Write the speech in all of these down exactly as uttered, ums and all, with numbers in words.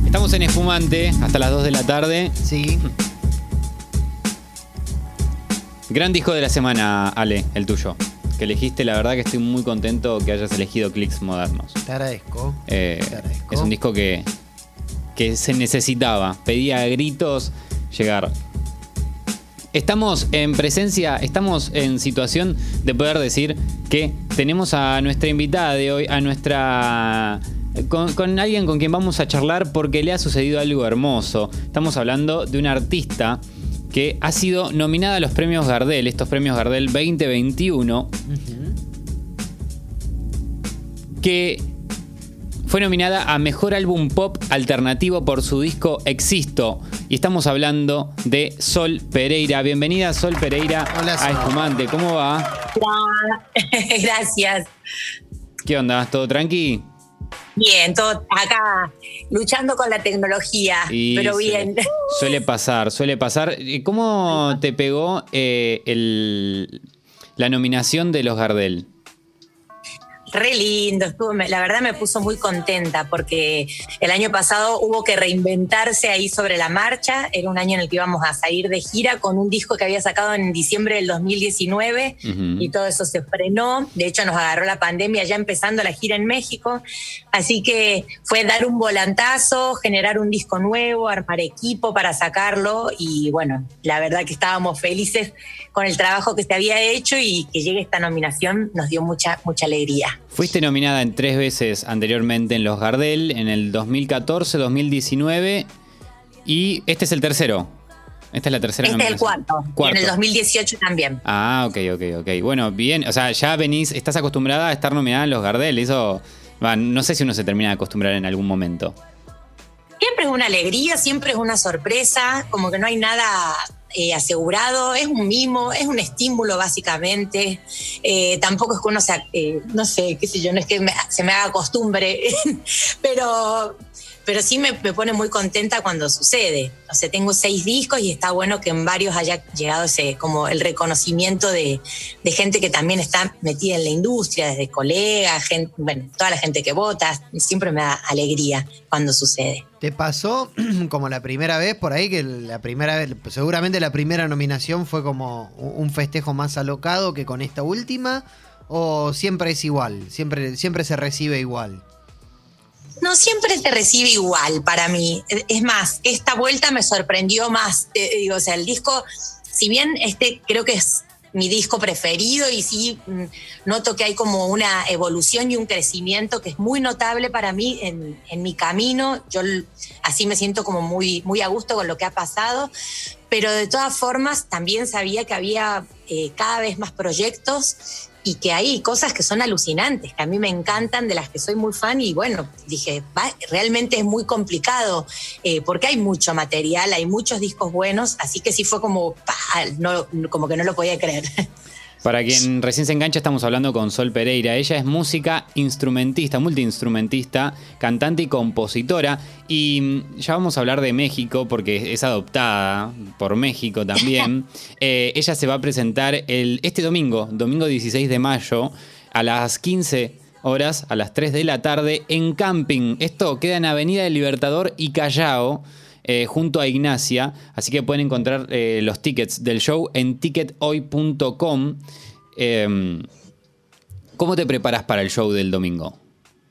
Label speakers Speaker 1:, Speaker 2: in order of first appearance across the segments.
Speaker 1: Estamos en Espumante hasta las dos de la tarde.
Speaker 2: Sí.
Speaker 1: Gran disco de la semana, Ale, el tuyo. Que elegiste, la verdad que estoy muy contento que hayas elegido Clicks Modernos.
Speaker 2: Te agradezco.
Speaker 1: Eh,
Speaker 2: Te agradezco.
Speaker 1: Es un disco que, que se necesitaba, pedía a gritos llegar. Estamos en presencia, estamos en situación de poder decir que tenemos a nuestra invitada de hoy, a nuestra... Con, con alguien con quien vamos a charlar porque le ha sucedido algo hermoso. Estamos hablando de una artista que ha sido nominada a los premios Gardel, estos premios Gardel veinte veintiuno, uh-huh. que fue nominada a Mejor Álbum Pop Alternativo por su disco Existo. Y estamos hablando de Sol Pereira. Bienvenida, Sol Pereira.
Speaker 2: Hola, Sol.
Speaker 1: A Espumante. ¿Cómo va?
Speaker 3: Hola. Gracias.
Speaker 1: ¿Qué onda? ¿Todo tranqui?
Speaker 3: Bien, todo acá luchando con la tecnología,
Speaker 1: y
Speaker 3: pero bien.
Speaker 1: Suele, suele pasar, suele pasar. ¿Cómo te pegó eh, el, la nominación de los Gardel?
Speaker 3: Re lindo, estuvo, la verdad me puso muy contenta porque el año pasado hubo que reinventarse ahí sobre la marcha. Era un año en el que íbamos a salir de gira con un disco que había sacado en diciembre del dos mil diecinueve, uh-huh. y todo eso se frenó. De hecho nos agarró la pandemia ya empezando la gira en México, así que fue dar un volantazo, generar un disco nuevo, armar equipo para sacarlo, y bueno, la verdad que estábamos felices con el trabajo que se había hecho, y que llegue esta nominación nos dio mucha, mucha alegría.
Speaker 1: Fuiste nominada en tres veces anteriormente en los Gardel, en el dos mil catorce, dos mil diecinueve, y este es el tercero. Esta es la tercera
Speaker 3: este
Speaker 1: nominación.
Speaker 3: Este es el cuarto,
Speaker 1: cuarto.
Speaker 3: Y en el dos mil dieciocho también.
Speaker 1: Ah, ok, ok, ok. Bueno, bien, o sea, ya venís, estás acostumbrada a estar nominada en los Gardel, eso, bueno, no sé si uno se termina de acostumbrar en algún momento.
Speaker 3: Siempre es una alegría, siempre es una sorpresa, como que no hay nada... Eh, asegurado, es un mimo, es un estímulo básicamente, eh, tampoco es que uno sea, eh, no sé, qué sé yo, no es que me, se me haga costumbre, pero, pero sí me, me pone muy contenta cuando sucede. O sea, tengo seis discos y está bueno que en varios haya llegado ese, como el reconocimiento de, de gente que también está metida en la industria, desde colegas, gente, bueno, toda la gente que vota, siempre me da alegría cuando sucede.
Speaker 2: ¿Te pasó como la primera vez por ahí, que la primera vez, seguramente la primera nominación fue como un festejo más alocado que con esta última, o siempre es igual, siempre, siempre se recibe igual?
Speaker 3: No, siempre se recibe igual para mí. Es más, esta vuelta me sorprendió más. Eh, digo, o sea, el disco, si bien este creo que es mi disco preferido, y sí mm, noto que hay como una evolución y un crecimiento que es muy notable para mí en, en mi camino. Yo así me siento como muy, muy a gusto con lo que ha pasado, pero de todas formas también sabía que había eh, cada vez más proyectos y que hay cosas que son alucinantes, que a mí me encantan, de las que soy muy fan, y bueno, dije, va, realmente es muy complicado, eh, porque hay mucho material, hay muchos discos buenos, así que sí fue como, pa, no, como que no lo podía creer.
Speaker 1: Para quien recién se engancha, estamos hablando con Sol Pereira. Ella es música instrumentista, multiinstrumentista, cantante y compositora. Y ya vamos a hablar de México porque es adoptada por México también. eh, ella se va a presentar el, este domingo, domingo dieciséis de mayo, a las quince horas, a las tres de la tarde, en Camping. Esto queda en Avenida del Libertador y Callao, Eh, junto a Ignacia, así que pueden encontrar eh, los tickets del show en ticket hoy punto com. Eh, ¿Cómo te preparas para el show del domingo?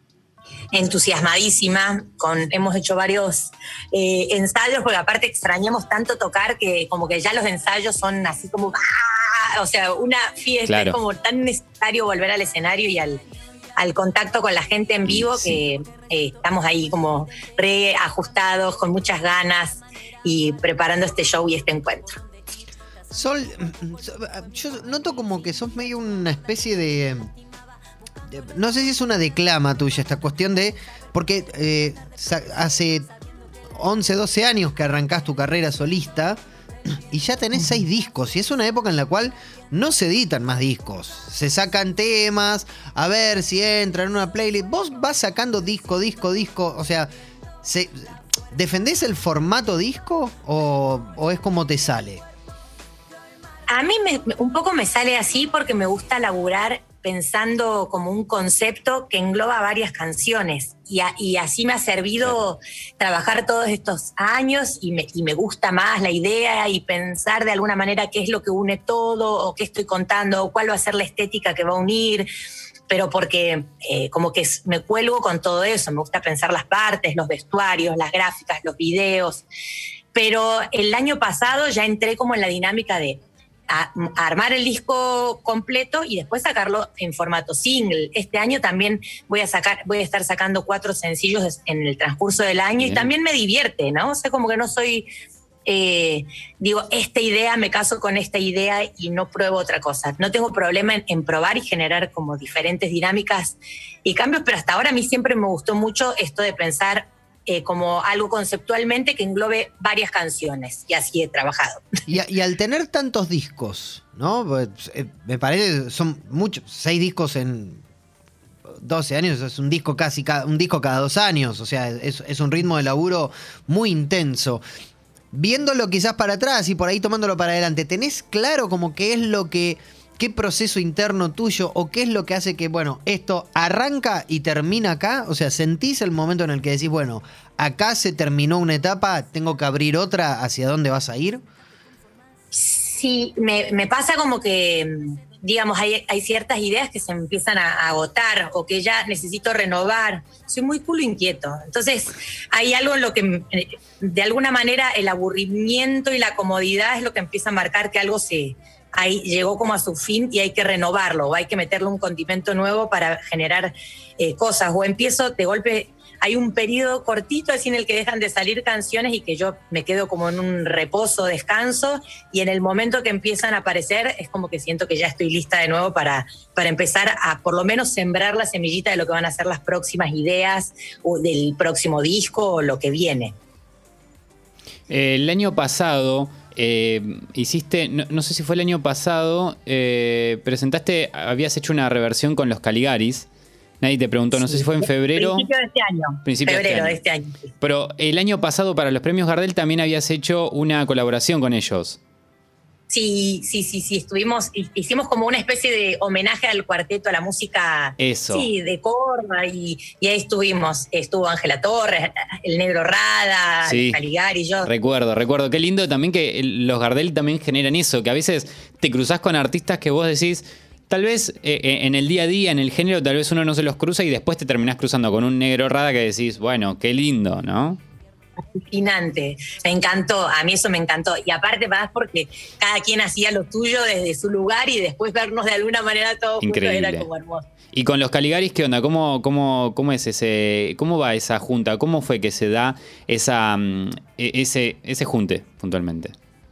Speaker 3: Entusiasmadísima, con, hemos hecho varios eh, ensayos, porque aparte extrañamos tanto tocar que como que ya los ensayos son así como, ¡ah! O sea, una fiesta, claro. Es como tan necesario volver al escenario y al... al contacto con la gente en vivo, sí. que eh, estamos ahí como reajustados, con muchas ganas, y preparando este show y este encuentro.
Speaker 2: Sol, yo noto como que sos medio una especie de, de no sé si es una declama tuya, esta cuestión de, porque eh, hace once, doce años que arrancás tu carrera solista, y ya tenés seis discos, y es una época en la cual no se editan más discos, se sacan temas, a ver si entra en una playlist, vos vas sacando disco, disco, disco, o sea, se, ¿defendés el formato disco o, o es como te sale?
Speaker 3: A mí me, un poco me sale así porque me gusta laburar pensando como un concepto que engloba varias canciones. Y, a, y así me ha servido trabajar todos estos años y me, y me gusta más la idea y pensar de alguna manera qué es lo que une todo o qué estoy contando o cuál va a ser la estética que va a unir. Pero porque eh, como que me cuelgo con todo eso, me gusta pensar las partes, los vestuarios, las gráficas, los videos. Pero el año pasado ya entré como en la dinámica de a, a armar el disco completo y después sacarlo en formato single. Este año también voy a sacar, voy a estar sacando cuatro sencillos en el transcurso del año. Bien. Y también me divierte, ¿no? O sea, como que no soy... Eh, digo, esta idea, me caso con esta idea y no pruebo otra cosa. No tengo problema en, en probar y generar como diferentes dinámicas y cambios, pero hasta ahora a mí siempre me gustó mucho esto de pensar eh, como algo conceptualmente que englobe varias canciones, y así he trabajado.
Speaker 2: Y, y al tener tantos discos, ¿no? Pues, eh, me parece, son muchos, seis discos en doce años, es un disco casi cada, un disco cada dos años, o sea, es, es un ritmo de laburo muy intenso. Viéndolo quizás para atrás y por ahí tomándolo para adelante, ¿tenés claro como qué es lo que, qué proceso interno tuyo o qué es lo que hace que, bueno, esto arranca y termina acá? O sea, ¿sentís el momento en el que decís, bueno, acá se terminó una etapa, tengo que abrir otra, ¿hacia dónde vas a ir?
Speaker 3: Sí, me, me pasa como que, digamos, hay, hay ciertas ideas que se empiezan a, a agotar o que ya necesito renovar. Soy muy culo inquieto. Entonces, hay algo en lo que, de alguna manera, el aburrimiento y la comodidad es lo que empieza a marcar que algo se ahí llegó como a su fin y hay que renovarlo o hay que meterle un condimento nuevo para generar eh, cosas. O empiezo de golpe... Hay un periodo cortito así en el que dejan de salir canciones y que yo me quedo como en un reposo, descanso, y en el momento que empiezan a aparecer es como que siento que ya estoy lista de nuevo para, para empezar a por lo menos sembrar la semillita de lo que van a ser las próximas ideas o del próximo disco o lo que viene.
Speaker 1: El año pasado eh, hiciste, no, no sé si fue el año pasado, eh, presentaste, habías hecho una reversión con los Caligaris. Nadie te preguntó, no sí, sé si fue en febrero.
Speaker 3: Principio de este año.
Speaker 1: Principio
Speaker 3: febrero
Speaker 1: de este año.
Speaker 3: De este año sí.
Speaker 1: Pero el año pasado para los premios Gardel también habías hecho una colaboración con ellos.
Speaker 3: Sí, sí, sí, sí, estuvimos, hicimos como una especie de homenaje al cuarteto, a la música.
Speaker 1: Eso.
Speaker 3: Sí, de Córdoba, y, y ahí estuvimos, estuvo Ángela Torres, el Negro Rada,
Speaker 1: sí,
Speaker 3: Caligari y yo.
Speaker 1: Recuerdo, recuerdo. Qué lindo también que los Gardel también generan eso, que a veces te cruzás con artistas que vos decís... Tal vez eh, en el día a día, en el género, tal vez uno no se los cruza y después te terminás cruzando con un Negro Rada que decís, bueno, qué lindo, ¿no?
Speaker 3: Fascinante, me encantó, a mí eso me encantó. Y aparte más porque cada quien hacía lo tuyo desde su lugar y después vernos de alguna manera todos juntos era como hermoso.
Speaker 1: Y con los Caligaris, ¿qué onda? ¿Cómo, cómo, cómo es ese, cómo va esa junta? ¿Cómo fue que se da esa, ese, ese junte puntualmente?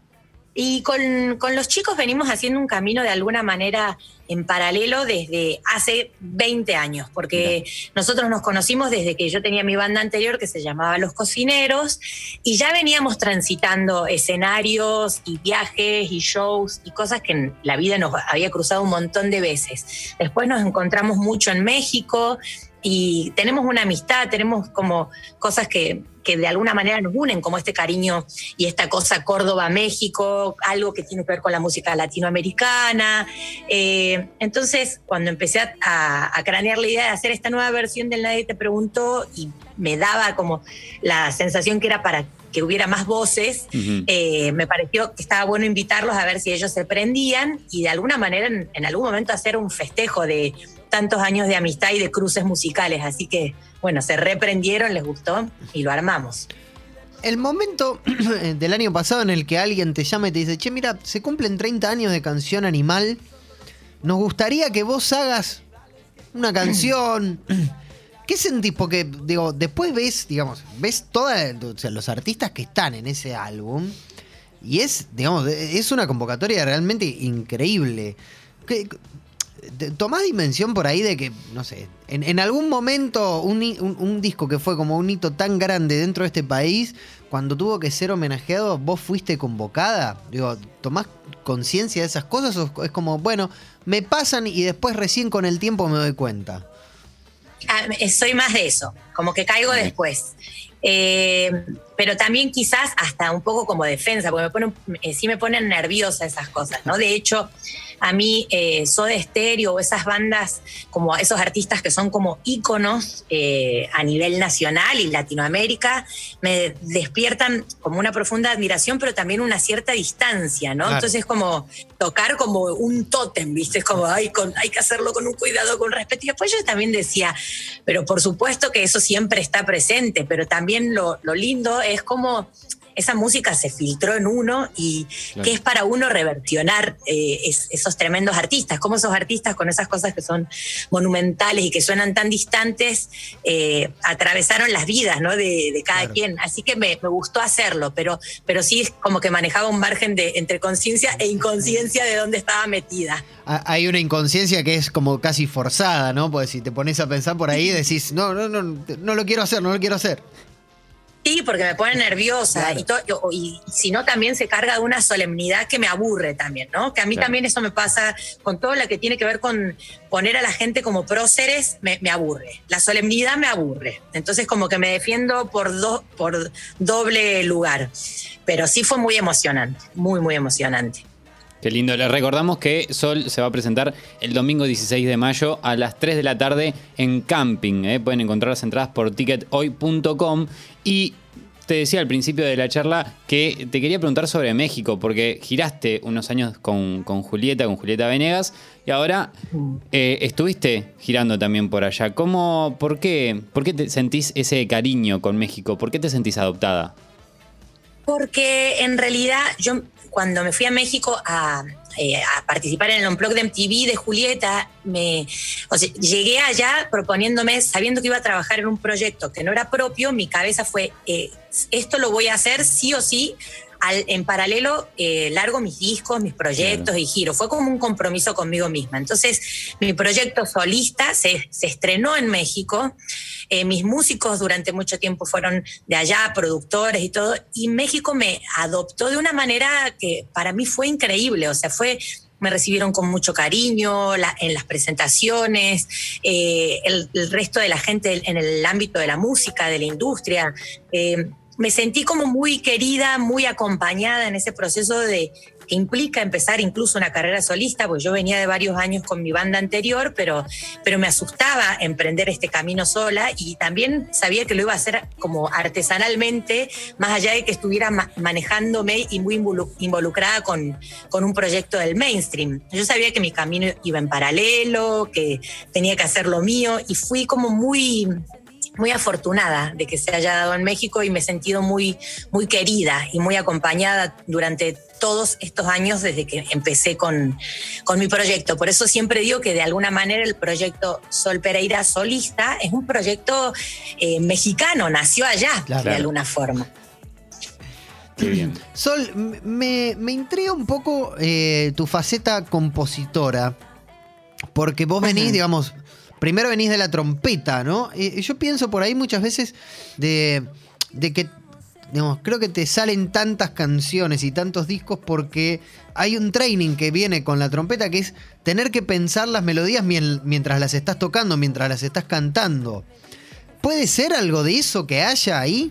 Speaker 3: Y con, con los chicos venimos haciendo un camino de alguna manera en paralelo desde hace veinte años, porque Mira. nosotros nos conocimos desde que yo tenía mi banda anterior que se llamaba Los Cocineros y ya veníamos transitando escenarios y viajes y shows y cosas que en la vida nos había cruzado un montón de veces. Después nos encontramos mucho en México y tenemos una amistad, tenemos como cosas que, que de alguna manera nos unen, como este cariño y esta cosa Córdoba-México, algo que tiene que ver con la música latinoamericana. Eh, entonces, cuando empecé a, a cranear la idea de hacer esta nueva versión del Nadie Te Preguntó y me daba como la sensación que era para que hubiera más voces, uh-huh. eh, me pareció que estaba bueno invitarlos a ver si ellos se prendían y de alguna manera en, en algún momento hacer un festejo de tantos años de amistad y de cruces musicales, así que bueno, se reprendieron, les gustó y lo armamos.
Speaker 2: El momento del año pasado en el que alguien te llama y te dice, che, mira, se cumplen treinta años de Canción Animal, nos gustaría que vos hagas una canción. ¿Qué sentís? Porque, digo, después ves, digamos, ves todos o sea, los artistas que están en ese álbum y es, digamos, es una convocatoria realmente increíble. ¿Qué, ¿Tomás dimensión por ahí de que, no sé, en, en algún momento un, un, un disco que fue como un hito tan grande dentro de este país, cuando tuvo que ser homenajeado, vos fuiste convocada? Digo, ¿tomás conciencia de esas cosas o es como, bueno, me pasan y después recién con el tiempo me doy cuenta?
Speaker 3: Ah, soy más de eso, como que caigo sí. después. Eh, pero también quizás hasta un poco como defensa, porque me pone, eh, sí me ponen nerviosa esas cosas, ¿no? De hecho, a mí eh, Soda Stereo o esas bandas, como esos artistas que son como íconos eh, a nivel nacional y Latinoamérica, me despiertan como una profunda admiración, pero también una cierta distancia, ¿no? Claro. Entonces como tocar como un tótem, ¿viste? Es como, ay, con, hay que hacerlo con un cuidado, con respeto. Y después yo también decía, pero por supuesto que eso siempre está presente, pero también lo, lo lindo es como esa música se filtró en uno y claro. que es para uno reversionar eh, es, esos tremendos artistas, como esos artistas con esas cosas que son monumentales y que suenan tan distantes, eh, atravesaron las vidas, ¿no? de, de cada claro. quien. Así que me, me gustó hacerlo, pero, pero sí como que manejaba un margen de, entre conciencia e inconsciencia de dónde estaba metida.
Speaker 2: Hay una inconsciencia que es como casi forzada, ¿no? Porque si te pones a pensar por ahí, decís, no, no, no, no lo quiero hacer, no lo quiero hacer.
Speaker 3: Sí, porque me pone nerviosa claro. y, to, y, y si no también se carga de una solemnidad que me aburre también, ¿no? Que a mí claro. también eso me pasa con todo lo que tiene que ver con poner a la gente como próceres, me, me aburre. La solemnidad me aburre. Entonces como que me defiendo por, do, por doble lugar. Pero sí fue muy emocionante, muy, muy emocionante.
Speaker 1: Qué lindo. Les recordamos que Sol se va a presentar el domingo dieciséis de mayo a las tres de la tarde en Camping. ¿eh? Pueden encontrar las entradas por ticket hoy punto com. Y te decía al principio de la charla que te quería preguntar sobre México, porque giraste unos años con, con Julieta, con Julieta Venegas, y ahora eh, estuviste girando también por allá. ¿Cómo, por qué, por qué te sentís ese cariño con México? ¿Por qué te sentís adoptada?
Speaker 3: Porque en realidad yo cuando me fui a México a, eh, a participar en el Unplugged de M T V de Julieta, me, o sea, llegué allá proponiéndome, sabiendo que iba a trabajar en un proyecto que no era propio, mi cabeza fue, eh, esto lo voy a hacer sí o sí. Al, en paralelo eh, largo mis discos, mis proyectos claro. y giro. Fue como un compromiso conmigo misma. Entonces mi proyecto solista se, se estrenó en México. Eh, mis músicos durante mucho tiempo fueron de allá, productores y todo. Y México me adoptó de una manera que para mí fue increíble. O sea, fue... Me recibieron con mucho cariño la, en las presentaciones, eh, el, el resto de la gente en el ámbito de la música, de la industria. Eh, me sentí como muy querida, muy acompañada en ese proceso de que implica empezar incluso una carrera solista, porque yo venía de varios años con mi banda anterior, pero, pero me asustaba emprender este camino sola y también sabía que lo iba a hacer como artesanalmente, más allá de que estuviera ma- manejándome y muy involucrada con, con un proyecto del mainstream. Yo sabía que mi camino iba en paralelo, que tenía que hacer lo mío y fui como muy... muy afortunada de que se haya dado en México y me he sentido muy, muy querida y muy acompañada durante todos estos años desde que empecé con, con mi proyecto. Por eso siempre digo que de alguna manera el proyecto Sol Pereira Solista es un proyecto eh, mexicano, nació allá claro. de alguna forma.
Speaker 2: Qué bien. Sol, me, me intriga un poco eh, tu faceta compositora, porque vos venís, uh-huh. digamos... Primero venís de la trompeta, ¿no? Y yo pienso por ahí muchas veces de, de que, digamos, creo que te salen tantas canciones y tantos discos porque hay un training que viene con la trompeta que es tener que pensar las melodías mientras las estás tocando, mientras las estás cantando. ¿Puede ser algo de eso que haya ahí?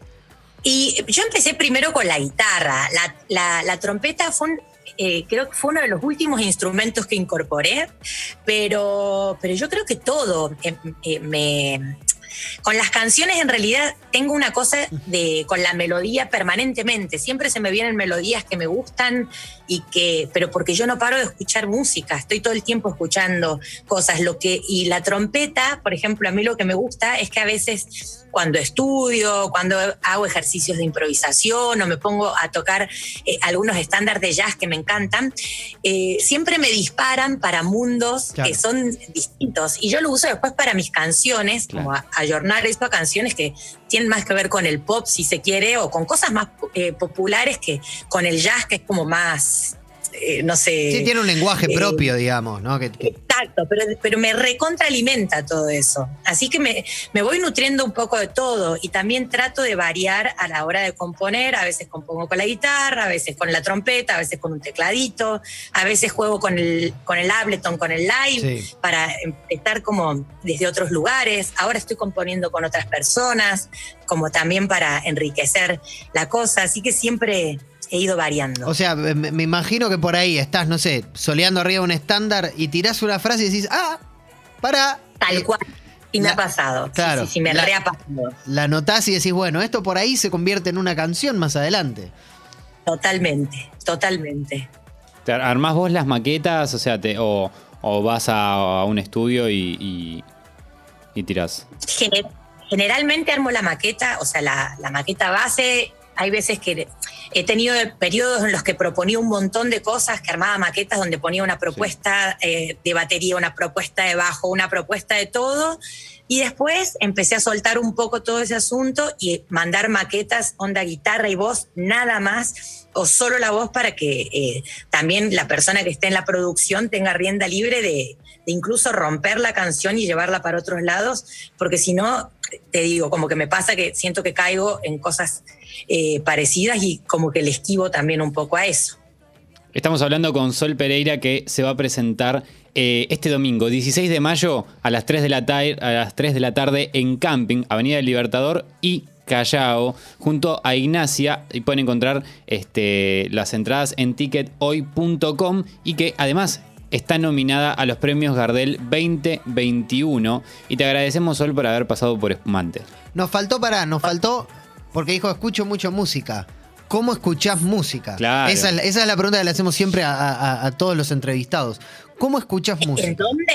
Speaker 3: Y yo empecé primero con la guitarra. La, la, la trompeta fue un... Eh, creo que fue uno de los últimos instrumentos que incorporé, pero, pero yo creo que todo eh, eh, me... Con las canciones en realidad tengo una cosa de con la melodía permanentemente. Siempre se me vienen melodías que me gustan y que, pero porque yo no paro de escuchar música, estoy todo el tiempo escuchando cosas. Lo que, y la trompeta, por ejemplo, a mí lo que me gusta es que a veces cuando estudio, cuando hago ejercicios de improvisación o me pongo a tocar eh, algunos estándares de jazz que me encantan, eh, siempre me disparan para mundos claro. que son distintos. Y yo lo uso después para mis canciones, claro. como a, ayornar eso a canciones que tienen más que ver con el pop, si se quiere, o con cosas más eh, populares que con el jazz, que es como más... Eh, no sé.
Speaker 2: Sí, tiene un lenguaje eh, propio, digamos, ¿no? Que, que...
Speaker 3: Exacto, pero, pero me recontraalimenta todo eso. Así que me, me voy nutriendo un poco de todo y también trato de variar a la hora de componer. A veces compongo con la guitarra, a veces con la trompeta, a veces con un tecladito, a veces juego con el, con el Ableton, con el Live, sí. para empezar como desde otros lugares. Ahora estoy componiendo con otras personas, como también para enriquecer la cosa. Así que siempre... he ido variando.
Speaker 2: O sea, me, me imagino que por ahí estás, no sé, soleando arriba un estándar y tirás una frase y decís, ah, para.
Speaker 3: Tal
Speaker 2: eh,
Speaker 3: cual. Y me
Speaker 2: la,
Speaker 3: ha pasado.
Speaker 2: Claro,
Speaker 3: sí, sí, sí, me
Speaker 2: la,
Speaker 3: re ha pasado.
Speaker 2: La notás y decís, bueno, esto por ahí se convierte en una canción más adelante.
Speaker 3: Totalmente, totalmente.
Speaker 1: ¿Te armás vos las maquetas? O sea, te, o, o vas a, a un estudio y, y, y tirás.
Speaker 3: Gener- generalmente armo la maqueta, o sea, la, la maqueta base. Hay veces que he tenido periodos en los que proponía un montón de cosas, que armaba maquetas donde ponía una propuesta sí. eh, de batería, una propuesta de bajo, una propuesta de todo. Y después empecé a soltar un poco todo ese asunto y mandar maquetas, onda guitarra y voz, nada más, o solo la voz para que eh, también la persona que esté en la producción tenga rienda libre de, de incluso romper la canción y llevarla para otros lados, porque si no, te digo, como que me pasa que siento que caigo en cosas eh, parecidas y como que le esquivo también un poco a eso.
Speaker 1: Estamos hablando con Sol Pereira, que se va a presentar eh, este domingo, dieciséis de mayo, a las tres de la, ta- a las tres de la tarde en Camping, Avenida del Libertador y Callao, junto a Ignacia, y pueden encontrar este, las entradas en ticket hoy punto com, y que además está nominada a los premios Gardel veinte veintiuno, y te agradecemos, Sol, por haber pasado por Espumante.
Speaker 2: Nos faltó para, nos faltó, porque dijo, escucho mucho música. ¿Cómo escuchás música?
Speaker 1: Claro.
Speaker 2: Esa es, esa es la pregunta que le hacemos siempre a, a, a todos los entrevistados. ¿Cómo escuchás música?
Speaker 3: ¿En dónde?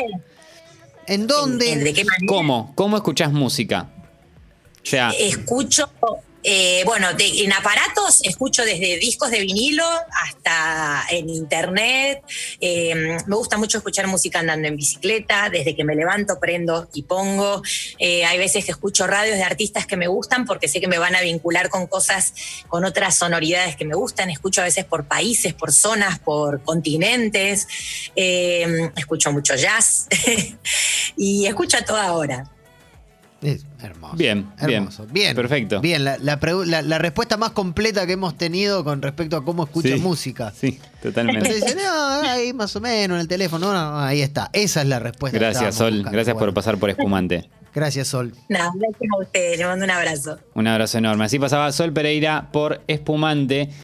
Speaker 2: ¿En dónde?
Speaker 3: ¿En, en, ¿De qué manera?
Speaker 1: ¿Cómo? ¿Cómo escuchás música? O sea,
Speaker 3: escucho, eh, bueno, de, en aparatos escucho desde discos de vinilo hasta en internet. Eh, me gusta mucho escuchar música andando en bicicleta. Desde que me levanto prendo y pongo. Eh, hay veces que escucho radios de artistas que me gustan porque sé que me van a vincular con cosas, con otras sonoridades que me gustan. Escucho a veces por países, por zonas, por continentes. Eh, escucho mucho jazz y escucho a toda hora.
Speaker 2: Es hermoso.
Speaker 1: Bien,
Speaker 2: hermoso.
Speaker 1: bien.
Speaker 2: Bien.
Speaker 1: Perfecto.
Speaker 2: Bien, la, la, la, la respuesta más completa que hemos tenido con respecto a cómo escuchas
Speaker 1: Sí,
Speaker 2: música.
Speaker 1: Sí, totalmente.
Speaker 2: Entonces dicen, no, ahí más o menos en el teléfono. No, no, ahí está. Esa es la respuesta.
Speaker 1: Gracias, Sol.
Speaker 2: Buscando.
Speaker 1: Gracias
Speaker 2: Bueno.
Speaker 1: por pasar por Espumante.
Speaker 2: Gracias, Sol.
Speaker 3: No, gracias a ustedes. Les mando un abrazo.
Speaker 1: Un abrazo enorme. Así pasaba Sol Pereira por Espumante.